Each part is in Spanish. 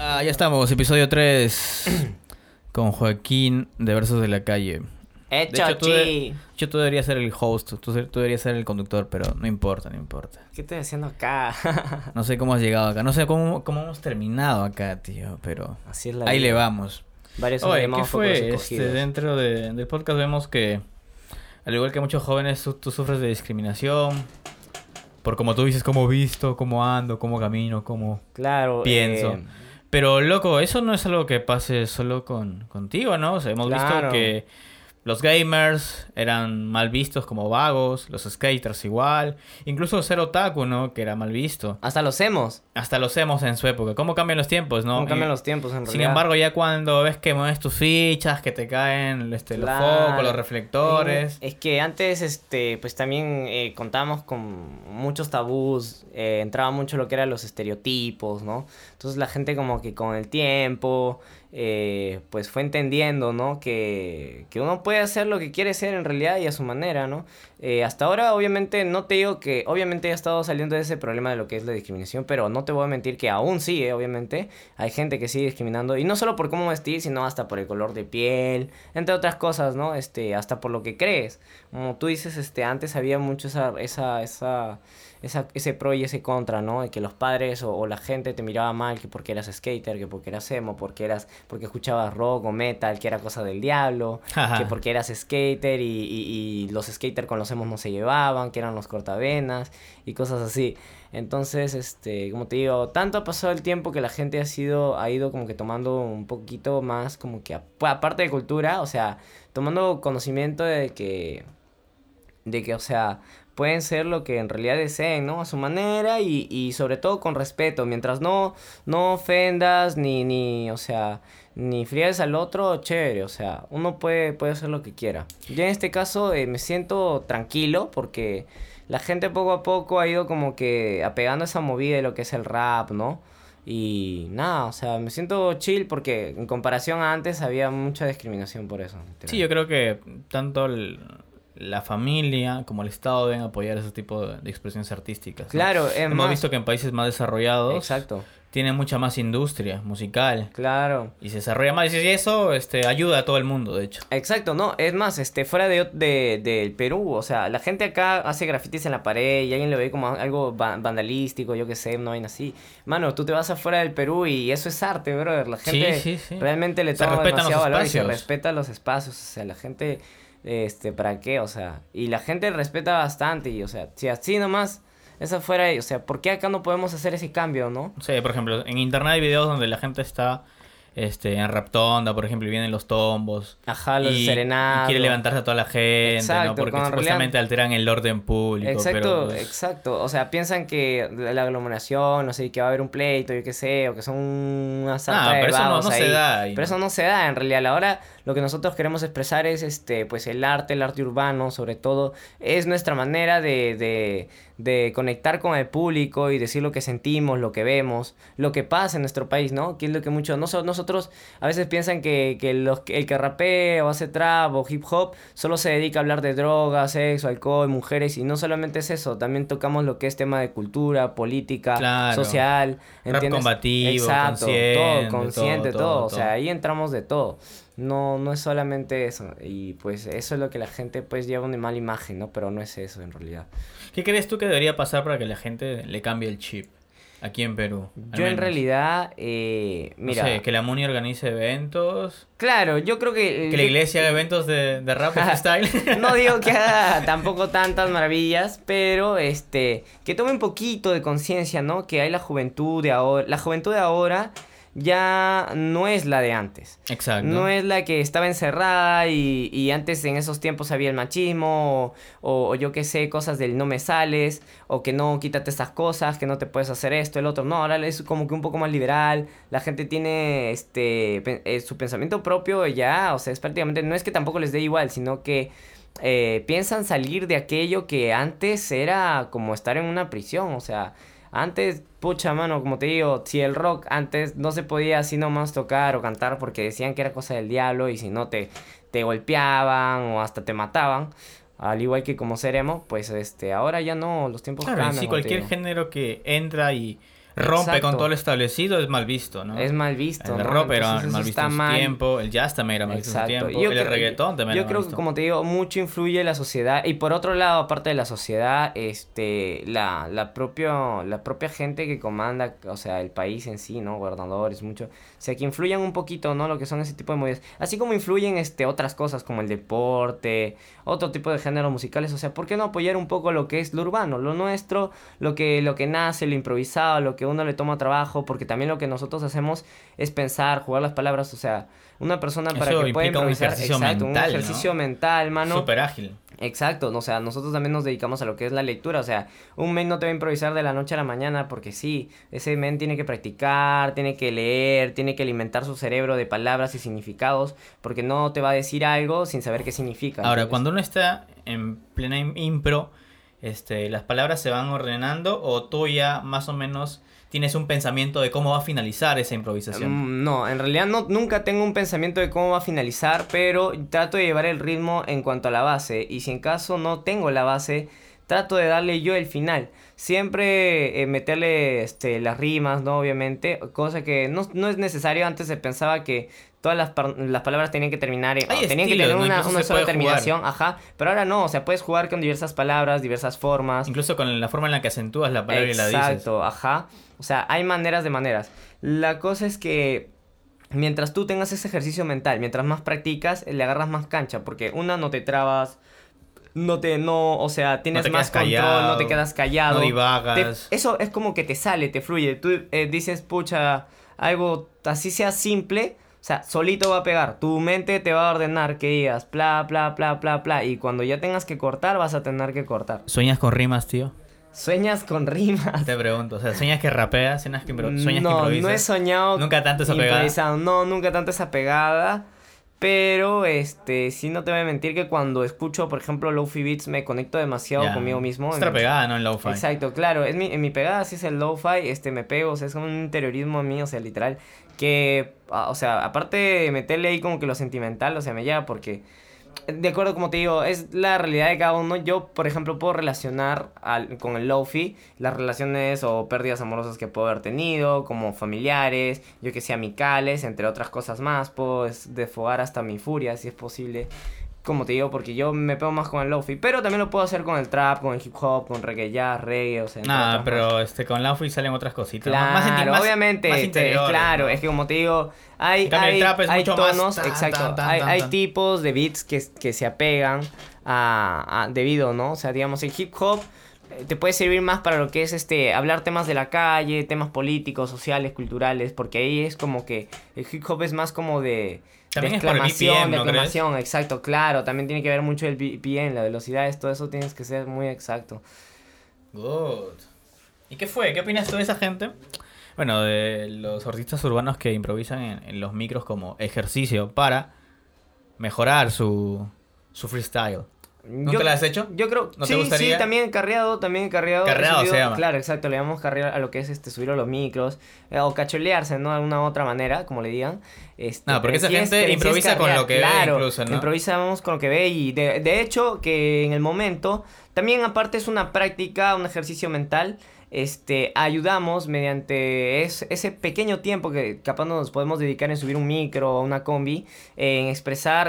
Ya estamos, episodio 3 con Joaquín de Versos de la Calle. De hecho, tú deberías ser el host, tú deberías ser el conductor, pero no importa. ¿Qué estoy haciendo acá? No sé cómo has llegado acá, no sé cómo hemos terminado acá, tío, pero así es la ahí vida. le vamos. Varios Oye, ¿qué fue? Dentro del podcast vemos que, al igual que muchos jóvenes, tú sufres de discriminación. Por como tú dices, cómo visto, cómo ando, cómo camino, cómo pienso. Pero, loco, eso no es algo que pase solo contigo, ¿no? O sea, hemos visto que los gamers eran mal vistos como vagos, los skaters igual, incluso ser otaku, ¿no? Que era mal visto. Hasta los emos en su época. ¿Cómo cambian los tiempos, no? ¿Cómo cambian los tiempos, en realidad? Sin embargo, ya cuando ves que mueves tus fichas, que te caen los focos, los reflectores. Es que antes, pues también contábamos con muchos tabús, entraba mucho lo que eran los estereotipos, ¿no? Entonces la gente como que con el tiempo, pues fue entendiendo, ¿no? Que uno puede hacer lo que quiere ser en realidad y a su manera, ¿no? Hasta ahora, obviamente, no te digo que... Obviamente he estado saliendo de ese problema de lo que es la discriminación, pero no te voy a mentir que aún sigue, obviamente. Hay gente que sigue discriminando, y no solo por cómo vestir, sino hasta por el color de piel, entre otras cosas, ¿no? Hasta por lo que crees. Como tú dices, antes había mucho ese pro y ese contra, ¿no? De que los padres o la gente te miraba mal, que porque eras skater, que porque eras emo, porque escuchabas rock o metal, que era cosa del diablo, que porque eras skater y los skaters con los emos no se llevaban, que eran los cortavenas y cosas así. Entonces, como te digo, tanto ha pasado el tiempo que la gente ha ido como que tomando un poquito más como que aparte de cultura, o sea, tomando conocimiento de que, o sea, pueden ser lo que en realidad deseen, ¿no? A su manera y sobre todo con respeto. Mientras no ofendas ni friegues al otro, chévere. O sea, uno puede hacer lo que quiera. Yo en este caso me siento tranquilo porque la gente poco a poco ha ido como que apegando esa movida de lo que es el rap, ¿no? Y nada, o sea, me siento chill porque en comparación a antes había mucha discriminación por eso. Sí, yo creo que tanto la familia como el Estado deben apoyar ese tipo de expresiones artísticas, ¿no? Claro, hemos visto que en países más desarrollados exacto, tienen mucha más industria musical. Claro. Y se desarrolla más. Y eso ayuda a todo el mundo, de hecho. Exacto, no, es más, fuera del Perú, o sea, la gente acá hace grafitis en la pared y alguien lo ve como algo vandalístico, yo qué sé, no hay así. Mano, tú te vas afuera del Perú y eso es arte, brother. La gente sí. realmente le toma demasiado valor y se respeta los espacios, o sea, la gente, ¿para qué? O sea, y la gente respeta bastante y, o sea, si así nomás... Esa fuera, o sea, ¿por qué acá no podemos hacer ese cambio, no? Sí, por ejemplo, en internet hay videos donde la gente está en Raptonda, por ejemplo, y vienen los tombos. Ajá, los serenados. Y quiere levantarse a toda la gente, exacto, ¿no? Porque supuestamente alteran el orden público. Exacto, pero, exacto. O sea, piensan que la aglomeración, no sé, que va a haber un pleito, yo qué sé, o que son una sarta de pero eso no ahí. se da. Ahí, pero eso no se da, en realidad. Ahora lo que nosotros queremos expresar es, pues, el arte urbano, sobre todo, es nuestra manera de conectar con el público y decir lo que sentimos, lo que vemos, lo que pasa en nuestro país, ¿no? Que es lo que muchos... Nosotros a veces piensan que el que rapea o hace trap o hip hop solo se dedica a hablar de drogas, sexo, alcohol, mujeres, y no solamente es eso, también tocamos lo que es tema de cultura, política, social, ¿entiendes? Rap combativo, exacto, consciente, todo. O sea, ahí entramos de todo. No es solamente eso, y pues eso es lo que la gente pues lleva una mala imagen, ¿no? Pero no es eso en realidad. ¿Qué crees tú que debería pasar para que la gente le cambie el chip aquí en Perú? Yo en realidad, mira... No sé, que la MUNI organice eventos. Claro, yo creo que... Que la iglesia haga eventos de rap freestyle. No digo que haga tampoco tantas maravillas, pero que tome un poquito de conciencia, ¿no? Que hay la juventud de ahora. La juventud de ahora ya no es la de antes. Exacto. No es la que estaba encerrada y antes en esos tiempos había el machismo o yo qué sé, cosas del no me sales o que no, quítate estas cosas, que no te puedes hacer esto, el otro. No, ahora es como que un poco más liberal. La gente tiene su pensamiento propio ya, o sea, es prácticamente, no es que tampoco les dé igual, sino que piensan salir de aquello que antes era como estar en una prisión, o sea... Antes, pucha, mano, como te digo, si el rock antes no se podía así nomás tocar o cantar porque decían que era cosa del diablo y si no te golpeaban o hasta te mataban, al igual que como ser emo, pues ahora ya no, los tiempos cambian. cambian. Sí, cualquier género que entra y rompe con todo lo establecido, es mal visto, ¿no? Es mal visto, el rock era mal visto en su tiempo, el jazz también era mal visto en su tiempo, el reggaetón también era mal visto. Yo creo que, como te digo, mucho influye la sociedad. Y por otro lado, aparte de la sociedad, la propia gente que comanda, o sea, el país en sí, ¿no? Gobernadores, mucho. O sea, que influyan un poquito, ¿no? Lo que son ese tipo de movidas. Así como influyen otras cosas como el deporte, otro tipo de géneros musicales. O sea, ¿por qué no apoyar un poco lo que es lo urbano, lo nuestro, lo que nace, lo improvisado, lo que uno le toma trabajo? Porque también lo que nosotros hacemos es pensar, jugar las palabras, o sea, una persona para eso que pueda improvisar, un ejercicio mental, un ejercicio mental, mano. Súper ágil. Exacto, o sea, nosotros también nos dedicamos a lo que es la lectura, o sea, un men no te va a improvisar de la noche a la mañana porque sí, ese men tiene que practicar, tiene que leer, tiene que alimentar su cerebro de palabras y significados, porque no te va a decir algo sin saber qué significa. Ahora, cuando uno está en plena impro, las palabras se van ordenando o tú ya más o menos tienes un pensamiento de cómo va a finalizar esa improvisación. No, en realidad nunca tengo un pensamiento de cómo va a finalizar, pero trato de llevar el ritmo en cuanto a la base. Y si en caso no tengo la base, trato de darle yo el final. Siempre meterle las rimas, ¿no? Obviamente, cosa que no es necesario. Antes se pensaba que todas las palabras tenían que terminar tenían que tener una sola terminación, jugar. Ajá, pero ahora no, o sea, puedes jugar con diversas palabras, diversas formas. Incluso con la forma en la que acentúas la palabra y la dices. Exacto, ajá. O sea, hay maneras de maneras. La cosa es que mientras tú tengas ese ejercicio mental, mientras más practicas, le agarras más cancha, porque no te trabas, o sea, tienes más control, no te quedas callado. No divagas. Eso es como que te sale, te fluye. Tú dices, pucha, algo así sea simple, o sea, solito va a pegar. Tu mente te va a ordenar que digas, bla, bla, bla, bla, bla. Y cuando ya tengas que cortar, vas a tener que cortar. ¿Sueñas con rimas, tío? ¿Sueñas con rimas? Te pregunto, o sea, ¿sueñas que rapeas? ¿Sueñas que improvisas? No he soñado ¿Nunca tanto esa pegada? No, nunca tanto esa pegada. Pero, sí no te voy a mentir que cuando escucho, por ejemplo, Lo-Fi Beats me conecto demasiado conmigo mismo. Es otra pegada, ¿no? En Lo-Fi. Exacto, claro. En mi pegada sí es el Lo-Fi, me pego, o sea, es como un interiorismo a mí, o sea, literal. Que, o sea, aparte de meterle ahí como que lo sentimental, o sea, me lleva porque... De acuerdo, como te digo, es la realidad de cada uno. Yo, por ejemplo, puedo relacionar con el Lo-Fi las relaciones o pérdidas amorosas que puedo haber tenido, como familiares, yo que sé, amicales, entre otras cosas más. Puedo desfogar hasta mi furia, si es posible. Como te digo, porque yo me pego más con el Lo-Fi. Pero también lo puedo hacer con el trap, con el hip hop, con reggae jazz, reggae, o sea... Nada, pero con Lo-Fi salen otras cositas. Claro, obviamente, más claro, ¿no? Es que como te digo, hay tonos, exacto, hay tipos de beats que se apegan a debido, ¿no? O sea, digamos, el hip hop te puede servir más para lo que es hablar temas de la calle, temas políticos, sociales, culturales, porque ahí es como que el hip hop es más como de... También es por el BPM, ¿no crees? Exacto, claro. También tiene que ver mucho el BPM, la velocidad, todo eso tienes que ser muy exacto. Good. ¿Y qué fue? ¿Qué opinas tú de esa gente? Bueno, de los artistas urbanos que improvisan en los micros como ejercicio para mejorar su freestyle. ¿Nunca lo has hecho? Yo creo... ¿No te gustaría? Sí, también carreado. Carreado se llama. Claro, exacto, le llamamos carrear a lo que es subir a los micros, o cacholearse, ¿no? De alguna otra manera, como le digan. No, porque esa gente improvisa con lo que ve incluso, ¿no? Improvisamos con lo que ve y de hecho que en el momento, también aparte es una práctica, un ejercicio mental. Ayudamos mediante ese pequeño tiempo que capaz nos podemos dedicar en subir un micro o una combi, en expresar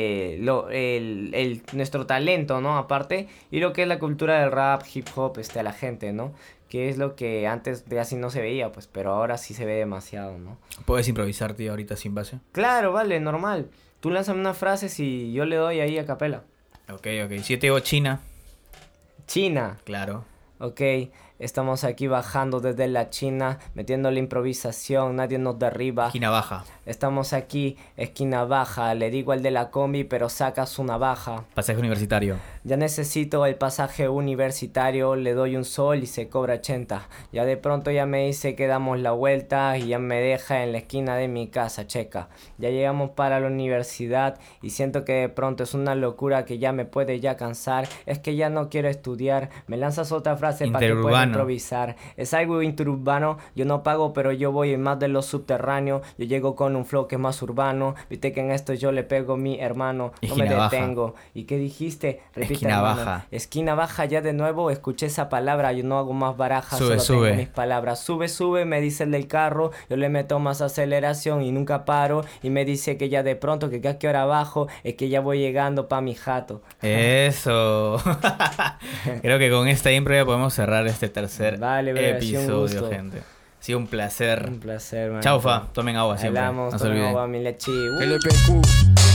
nuestro talento, ¿no? Aparte, y lo que es la cultura del rap, hip hop, a la gente, ¿no? Que es lo que antes de así no se veía, pues, pero ahora sí se ve demasiado, ¿no? ¿Puedes improvisar, tío, ahorita sin base? Claro, vale, normal. Tú lanzas unas frases y yo le doy ahí a capela. Ok. Si yo te digo China. China. Claro. Ok, estamos aquí bajando desde la China, metiendo la improvisación, nadie nos derriba. Esquina baja. Estamos aquí, esquina baja, le digo al de la combi, pero sacas una baja. Pasaje universitario. Ya necesito el pasaje universitario, le doy un sol y se cobra 80. Ya de pronto ya me dice que damos la vuelta y ya me deja en la esquina de mi casa, checa. Ya llegamos para la universidad y siento que de pronto es una locura que ya me puede ya cansar. Es que ya no quiero estudiar, me lanzas otra frase para que pueda improvisar. Es algo interurbano, yo no pago, pero yo voy en más de los subterráneos. Yo llego con un flow que es más urbano. Viste que en esto yo le pego a mi hermano. No me detengo. ¿Y qué dijiste? Repite, esquina hermano. Baja. Esquina baja ya de nuevo. Escuché esa palabra, yo no hago más barajas. Sube, solo tengo mis palabras. Sube, me dice el del carro. Yo le meto más aceleración y nunca paro. Y me dice que ya de pronto, que a qué hora bajo, es que ya voy llegando pa' mi jato. Eso. Creo que con esta impro ya podemos cerrar este tercer episodio, gente. Ha sido un placer. Un placer, man. Chaufa, tomen agua siempre. Hablamos, no se olviden. Agua, mi leche. LPQ.